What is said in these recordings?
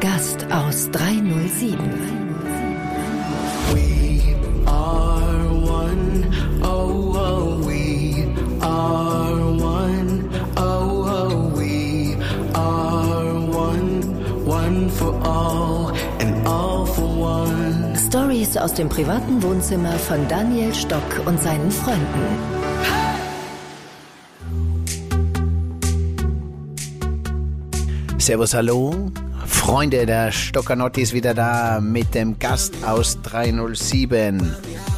Gast aus 307. We are one, oh, oh, we are one, oh, oh, we are one for all and all for one. Stories aus dem privaten Wohnzimmer von Daniel Stock und seinen Freunden. Servus, hallo. Freunde, der Stoccanotti ist wieder da mit dem Gast aus 307.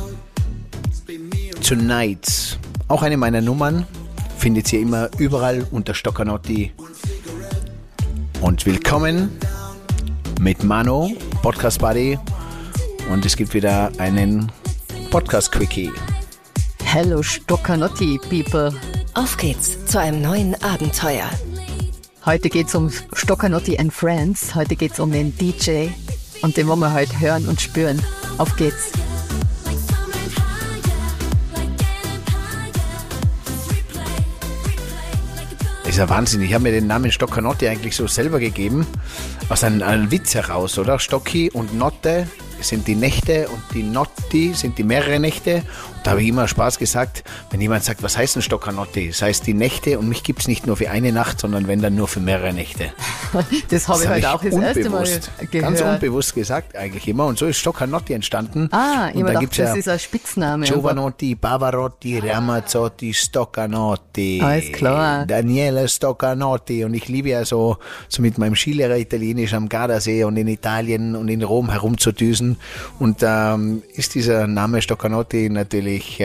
Tonight. Auch eine meiner Nummern. Findet ihr immer überall unter Stoccanotti. Und willkommen mit Mano, Podcast Buddy. Und es gibt wieder einen Podcast Quickie. Hello Stoccanotti, people. Auf geht's zu einem neuen Abenteuer. Heute geht's um Stoccanotti and Friends. Heute geht's um den DJ. Und den wollen wir heute hören und spüren. Auf geht's. Das ist ja Wahnsinn. Ich habe mir den Namen Stoccanotti eigentlich so selber gegeben. Aus einem Witz heraus, oder? Stocki und Notte sind die Nächte und die Notti sind die mehrere Nächte. Und da habe ich immer Spaß gesagt, wenn jemand sagt, was heißt ein Stoccanotti? Das heißt die Nächte und mich gibt es nicht nur für eine Nacht, sondern wenn dann nur für mehrere Nächte. Das habe ich heute auch das erste Mal gehört. Ganz unbewusst gesagt eigentlich immer. Und so ist Stoccanotti entstanden. Ich und da dachte, das ist ein Spitzname. Giovanotti, Pavarotti, Ramazzotti, Stoccanotti. Alles klar. Daniele Stoccanotti. Und ich liebe ja so mit meinem Skilehrer Italienisch am Gardasee und in Italien und in Rom herumzudüsen. Und ist dieser Name Stoccanotti natürlich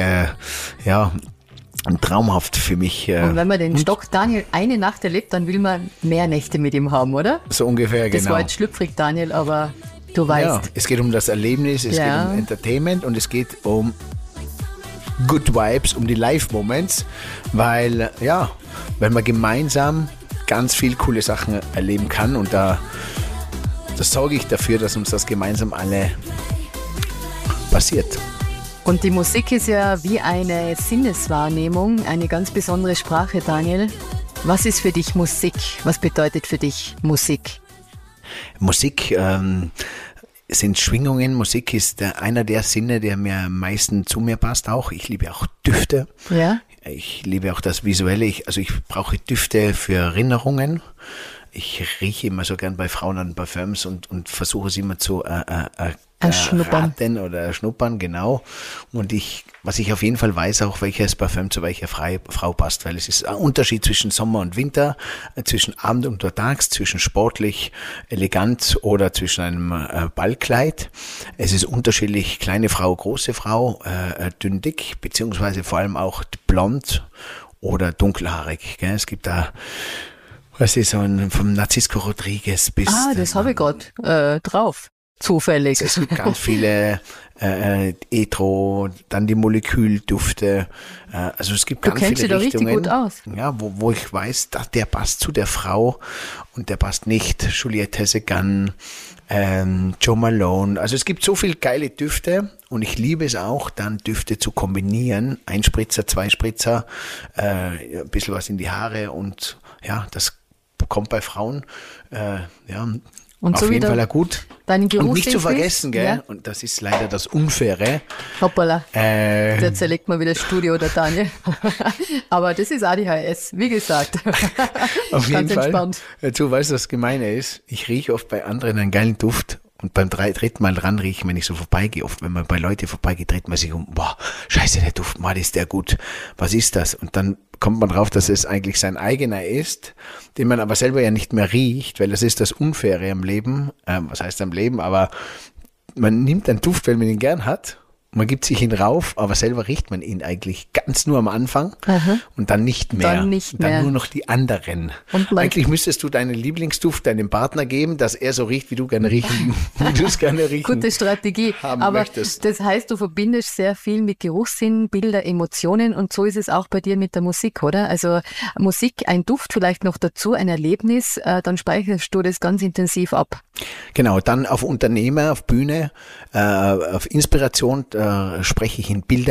traumhaft für mich. Und wenn man den Stock Daniel eine Nacht erlebt, dann will man mehr Nächte mit ihm haben, oder? So ungefähr, genau. Das war jetzt schlüpfrig, Daniel, aber du weißt. Ja, es geht um das Erlebnis, es geht um Entertainment und es geht um Good Vibes, um die Live-Moments, weil man gemeinsam ganz viel coole Sachen erleben kann und das sorge ich dafür, dass uns das gemeinsam alle passiert. Und die Musik ist ja wie eine Sinneswahrnehmung, eine ganz besondere Sprache, Daniel. Was ist für dich Musik? Was bedeutet für dich Musik? Musik sind Schwingungen. Musik ist einer der Sinne, der mir am meisten zu mir passt auch. Ich liebe auch Düfte. Ja. Ich liebe auch das Visuelle. Ich brauche Düfte für Erinnerungen. Ich rieche immer so gern bei Frauen an Parfüms und versuche sie immer zu raten oder schnuppern, genau. Und was ich auf jeden Fall weiß, auch welches Parfüm zu welcher Frau passt, weil es ist ein Unterschied zwischen Sommer und Winter, zwischen Abend und Tags, zwischen sportlich, elegant oder zwischen einem Ballkleid. Es ist unterschiedlich, kleine Frau, große Frau, dünn, dick, beziehungsweise vor allem auch blond oder dunkelhaarig. Gell? Es gibt da was ist so vom Narcisco Rodriguez bis... das habe ich gerade drauf. Zufällig. Es gibt ganz viele Etro, dann die Moleküldüfte. Also es gibt ganz viele Richtungen. Du kennst dich da richtig gut aus. Ja, wo ich weiß, der passt zu der Frau und der passt nicht. Juliette Hessegan, Joe Malone. Also es gibt so viele geile Düfte und ich liebe es auch, dann Düfte zu kombinieren. Ein Spritzer, zwei Spritzer, ein bisschen was in die Haare und das kommt bei Frauen, und auf so jeden Fall gut. Deinen Geruch und nicht zu vergessen, gell? Ja. Und das ist leider das Unfaire. Hoppala. Der zerlegt mal wieder das Studio, der Daniel. Aber das ist ADHS, wie gesagt. Auf jeden Ganz Fall. Entspannt. Du weißt, was gemeine ist. Ich rieche oft bei anderen einen geilen Duft. Und beim dritten Mal dran riechen, wenn ich so vorbeigehe, oft, wenn man bei Leuten vorbeigeht, dreht man sich um, boah, scheiße, der Duft, mal ist der gut. Was ist das? Und dann kommt man drauf, dass es eigentlich sein eigener ist, den man aber selber ja nicht mehr riecht, weil das ist das Unfaire am Leben. Was heißt am Leben? Aber man nimmt einen Duft, weil man ihn gern hat. Man gibt sich ihn rauf, aber selber riecht man ihn eigentlich ganz nur am Anfang und dann nicht mehr. Dann nur noch die anderen. Eigentlich müsstest du deinen Lieblingsduft deinem Partner geben, dass er so riecht, wie du gerne riechen, wie du es gerne riechen Gute Strategie. Aber möchtest. Das heißt, du verbindest sehr viel mit Geruchssinn, Bilder, Emotionen und so ist es auch bei dir mit der Musik, oder? Also Musik, ein Duft vielleicht noch dazu, ein Erlebnis, dann speicherst du das ganz intensiv ab. Genau, dann auf Unternehmer, auf Bühne, auf Inspiration spreche ich in Bildern.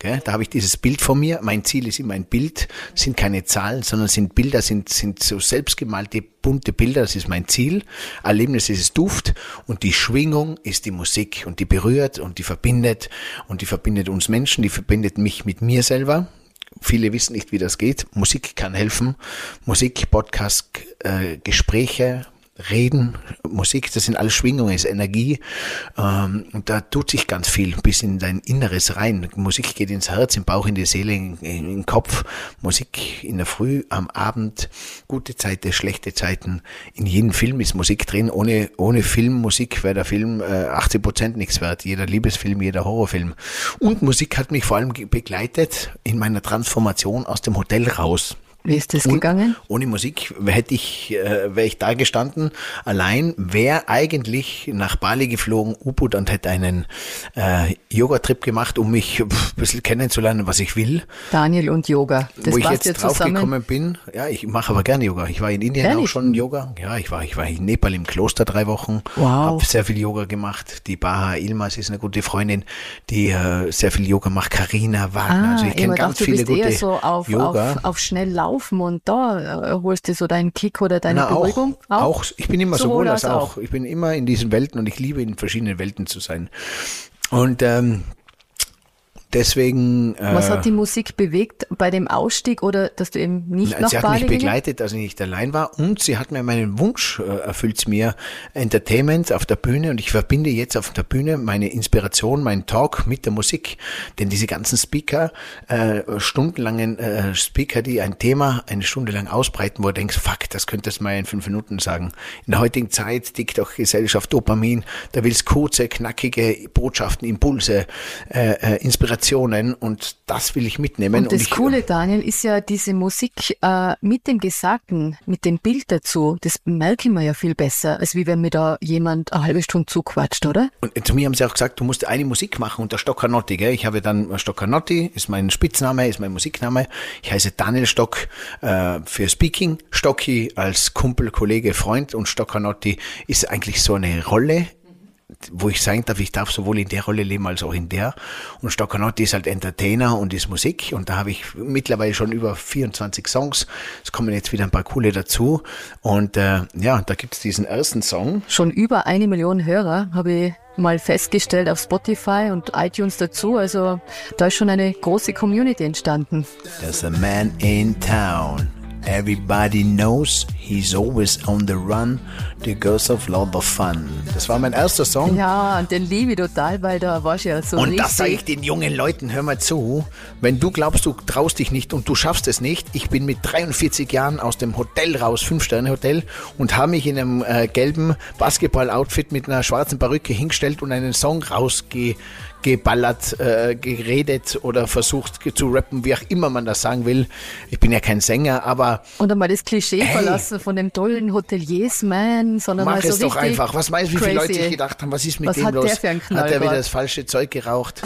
Gell? Da habe ich dieses Bild von mir. Mein Ziel ist immer ein Bild, sind keine Zahlen, sondern sind Bilder, sind so selbstgemalte, bunte Bilder. Das ist mein Ziel. Erlebnis ist es Duft und die Schwingung ist die Musik und die berührt und die verbindet uns Menschen, die verbindet mich mit mir selber. Viele wissen nicht, wie das geht. Musik kann helfen. Musik, Podcast, Gespräche, Reden, Musik, das sind alles Schwingungen, ist Energie, und da tut sich ganz viel bis in dein Inneres rein. Musik geht ins Herz, im Bauch, in die Seele, in den Kopf. Musik in der Früh, am Abend, gute Zeiten, schlechte Zeiten. In jedem Film ist Musik drin. Ohne Filmmusik wäre der Film 80% nichts wert. Jeder Liebesfilm, jeder Horrorfilm. Und Musik hat mich vor allem begleitet in meiner Transformation aus dem Hotel raus. Wie ist das gegangen? Ohne Musik wäre ich da gestanden. Allein wäre eigentlich nach Bali geflogen, U-Boot, und hätte einen Yoga-Trip gemacht, um mich ein bisschen kennenzulernen, was ich will. Daniel und Yoga. Das wo ich jetzt draufgekommen bin. Ja, ich mache aber gerne Yoga. Ich war in Indien auch schon Yoga. Ja, ich war in Nepal im Kloster 3 Wochen. Wow. Habe sehr viel Yoga gemacht. Die Baha Ilmas ist eine gute Freundin, die sehr viel Yoga macht. Carina Wagner. Also ich kenne ganz viele gute eher so Yoga. auf schnell laufen und da holst du so deinen Kick oder deine Beruhigung? Auch. Ich bin immer sowohl als auch. Ich bin immer in diesen Welten und ich liebe in verschiedenen Welten zu sein. Und deswegen. Was hat die Musik bewegt bei dem Ausstieg oder dass du eben nicht nach Bali Sie hat mich begleitet, als ich nicht allein war, und sie hat mir meinen Wunsch erfüllt, mir Entertainment auf der Bühne, und ich verbinde jetzt auf der Bühne meine Inspiration, meinen Talk mit der Musik, denn diese ganzen Speaker, stundenlangen Speaker, die ein Thema eine Stunde lang ausbreiten, wo du denkst, fuck, das könntest du mal in 5 Minuten sagen. In der heutigen Zeit, TikTok, Gesellschaft, Dopamin, da willst kurze, knackige Botschaften, Impulse, Inspiration, und das will ich mitnehmen. Und das Coole, Daniel, ist ja diese Musik mit dem Gesagten, mit dem Bild dazu, das merken wir ja viel besser, als wie wenn mir da jemand eine halbe Stunde zuquatscht, oder? Und zu mir haben sie auch gesagt, du musst eine Musik machen unter Stoccanotti, gell? Ich habe dann Stoccanotti, ist mein Spitzname, ist mein Musikname. Ich heiße Daniel Stock für Speaking, Stocki als Kumpel, Kollege, Freund, und Stoccanotti ist eigentlich so eine Rolle, wo ich sagen darf, ich darf sowohl in der Rolle leben als auch in der. Und Stoccanotti ist halt Entertainer und ist Musik. Und da habe ich mittlerweile schon über 24 Songs. Es kommen jetzt wieder ein paar coole dazu. Und da gibt es diesen ersten Song. Schon über 1 Million Hörer habe ich mal festgestellt auf Spotify und iTunes dazu. Also da ist schon eine große Community entstanden. There's a man in town. Everybody knows he's always on the run. The girls of lot of fun. Das war mein erster Song. Ja, und den liebe ich total, weil da warst du ja so und richtig. Und das sage ich den jungen Leuten, hör mal zu. Wenn du glaubst, du traust dich nicht und du schaffst es nicht. Ich bin mit 43 Jahren aus dem Hotel raus, 5-Sterne-Hotel, und habe mich in einem gelben Basketball-Outfit mit einer schwarzen Perücke hingestellt und einen Song geballert, geredet oder versucht zu rappen, wie auch immer man das sagen will. Ich bin ja kein Sänger, aber... Und einmal das Klischee verlassen von dem tollen Hoteliers-Man, sondern mach mal so es doch einfach. Was meinst du, wie viele Leute sich gedacht haben, was ist mit dem los? Was hat der für einen Knall? Hat er wieder das falsche Zeug geraucht?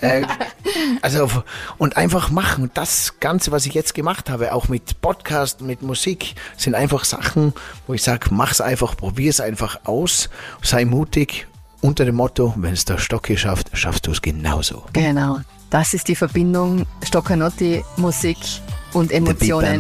Und einfach machen. Das Ganze, was ich jetzt gemacht habe, auch mit Podcast, mit Musik, sind einfach Sachen, wo ich sage, mach's einfach, probier's einfach aus, sei mutig. Unter dem Motto, wenn es der Stocki schafft, schaffst du es genauso. Genau, das ist die Verbindung Stoccanotti, Musik und Emotionen.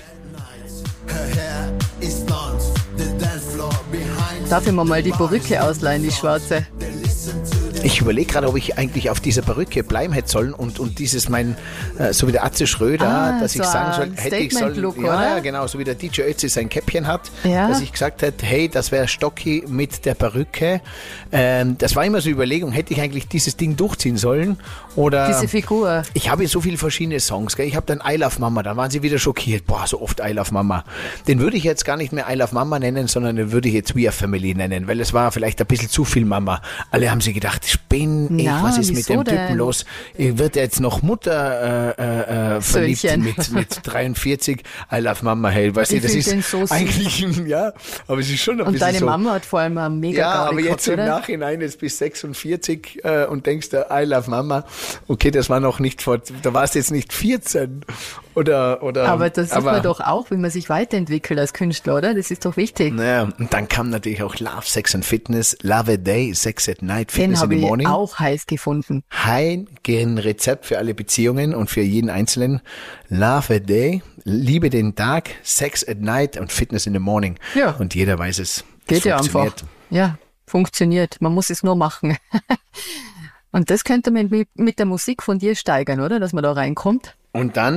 Darf ich mir mal die Perücke ausleihen, die schwarze? Ich überlege gerade, ob ich eigentlich auf dieser Perücke bleiben hätte sollen und dieses so wie der Atze Schröder, dass so ich sagen soll, hätte ich sollen, ja, genau, so wie der DJ Ötzi sein Käppchen hat, dass ich gesagt hätte, hey, das wäre Stocki mit der Perücke. Das war immer so eine Überlegung, hätte ich eigentlich dieses Ding durchziehen sollen oder... Diese Figur. Ich habe so viele verschiedene Songs, gell? Ich habe dann I Love Mama, da waren sie wieder schockiert, boah, so oft I Love Mama. Den würde ich jetzt gar nicht mehr I Love Mama nennen, sondern den würde ich jetzt We Are Family nennen, weil es war vielleicht ein bisschen zu viel Mama. Alle haben sich gedacht, spinn ich, was ist mit dem Typen los? Wird er jetzt noch Mutter verliebt mit 43? I Love Mama, hey, weißt du, das ist so eigentlich, ja, aber es ist schon ein und bisschen deine so. Mama hat vor allem eine mega Ja, Gabe aber jetzt gehabt, im Nachhinein, jetzt bis 46 und denkst du, I Love Mama, okay, das war noch nicht da warst du jetzt nicht 14 Aber das sieht man doch auch, wie man sich weiterentwickelt als Künstler, oder? Das ist doch wichtig. Naja, und dann kam natürlich auch Love, Sex and Fitness, Love a Day, Sex at Night, Fitness in the Morning. Den habe ich auch heiß gefunden. Ein Rezept für alle Beziehungen und für jeden Einzelnen. Love a Day, liebe den Tag, Sex at Night und Fitness in the Morning. Ja. Und jeder weiß es. Geht ja einfach. Ja, funktioniert. Man muss es nur machen. Und das könnte man mit der Musik von dir steigern, oder? Dass man da reinkommt. Und dann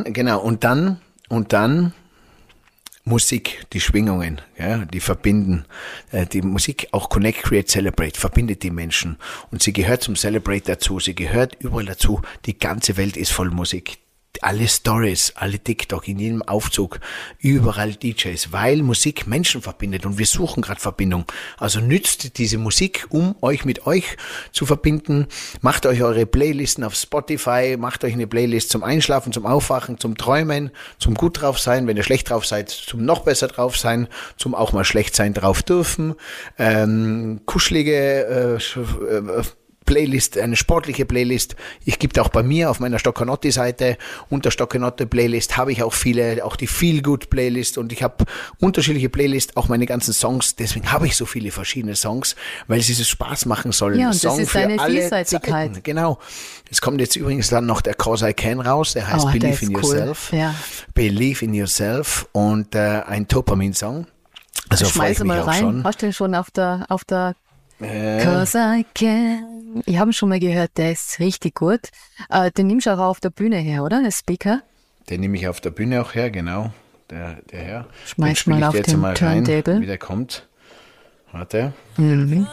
Musik, die Schwingungen, ja, die verbinden. Die Musik, auch Connect, Create, Celebrate, verbindet die Menschen. Und sie gehört zum Celebrate dazu, sie gehört überall dazu. Die ganze Welt ist voll Musik. Alle Stories, alle TikTok, in jedem Aufzug, überall DJs, weil Musik Menschen verbindet und wir suchen gerade Verbindung. Also nützt diese Musik, um euch mit euch zu verbinden. Macht euch eure Playlisten auf Spotify, macht euch eine Playlist zum Einschlafen, zum Aufwachen, zum Träumen, zum gut drauf sein, wenn ihr schlecht drauf seid, zum noch besser drauf sein, zum auch mal schlecht sein drauf dürfen. Kuschelige Playlist, eine sportliche Playlist. Ich gebe auch bei mir auf meiner Stoccanotti-Seite, unter Stoccanotti-Playlist habe ich auch viele, auch die Feel-Good-Playlist und ich habe unterschiedliche Playlists, auch meine ganzen Songs. Deswegen habe ich so viele verschiedene Songs, weil es dieses Spaß machen soll. Ja, und Song das ist eine Vielseitigkeit. Zeiten. Genau. Es kommt jetzt übrigens dann noch der 'Cause I Can raus, der heißt Believe in Yourself. Ja. Believe in Yourself und ein Dopamin-Song. Also schmeiße mal rein. Schon. Hast du den schon auf der 'Cause I Can. Ich habe ihn schon mal gehört, der ist richtig gut. Den nimmst du auch auf der Bühne her, oder? Der Speaker? Den nehme ich auf der Bühne auch her, genau. Der her. Schmeiß mal auf den Turntable. Rein, wie der kommt. Warte. Mhm.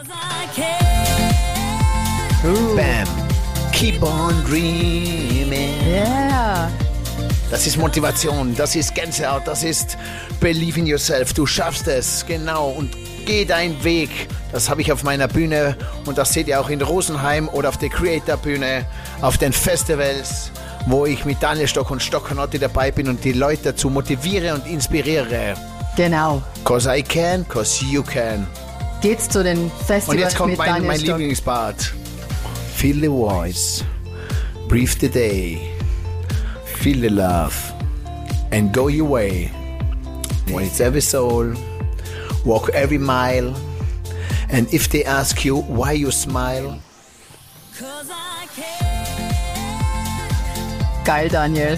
Bam. Keep on dreaming. Yeah. Das ist Motivation, das ist Gänsehaut, das ist Believe in Yourself. Du schaffst es, genau. Und geh deinen Weg. Das habe ich auf meiner Bühne und das seht ihr auch in Rosenheim oder auf der Creator-Bühne, auf den Festivals, wo ich mit Daniel Stock und Stoccanotti dabei bin und die Leute dazu motiviere und inspiriere. Genau. 'Cause I can, 'cause you can. Geht's zu den Festivals und jetzt kommt mit mein Stock. Lieblingspart. Feel the voice, breathe the day, feel the love and go your way. When it's every soul, walk every mile. And if they ask you why you smile. Geil, Daniel.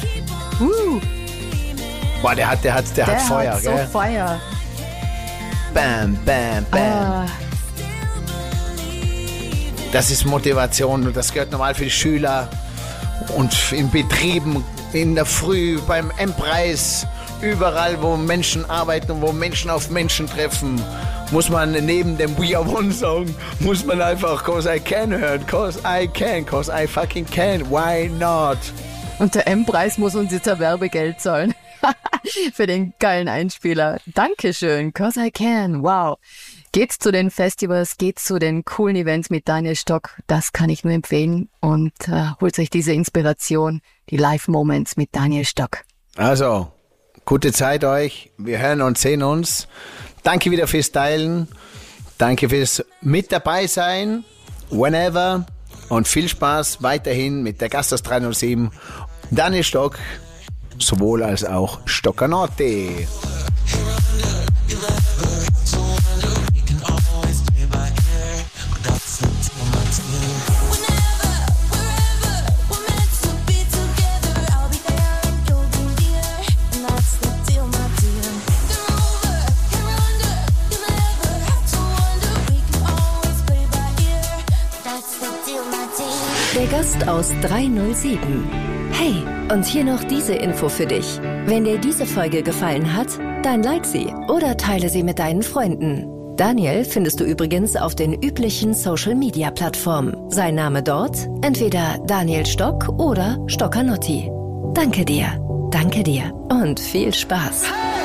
Boah, der hat Feuer, hat so gell? Feuer. Bam, bam, bam. Das ist Motivation und das gehört normal für die Schüler und in Betrieben, in der Früh, beim M-Preis, überall, wo Menschen arbeiten und wo Menschen auf Menschen treffen. Muss man neben dem We Are One Song, muss man einfach 'Cause I Can hören. 'Cause I can, 'cause I fucking can. Why not? Und der M-Preis muss uns jetzt ein Werbegeld zahlen. Für den geilen Einspieler. Dankeschön. 'Cause I can. Wow. Geht's zu den Festivals, geht's zu den coolen Events mit Daniel Stock. Das kann ich nur empfehlen. Und holt euch diese Inspiration, die Live-Moments mit Daniel Stock. Also, gute Zeit euch. Wir hören und sehen uns. Danke wieder fürs Teilen. Danke fürs mit dabei sein. Whenever. Und viel Spaß weiterhin mit der Gasthaus 307. Daniel Stock, sowohl als auch Stoccanotti. Der Gast aus 307. Hey, und hier noch diese Info für dich. Wenn dir diese Folge gefallen hat, dann like sie oder teile sie mit deinen Freunden. Daniel findest du übrigens auf den üblichen Social-Media-Plattformen. Sein Name dort, entweder Daniel Stock oder Stoccanotti. Danke dir und viel Spaß.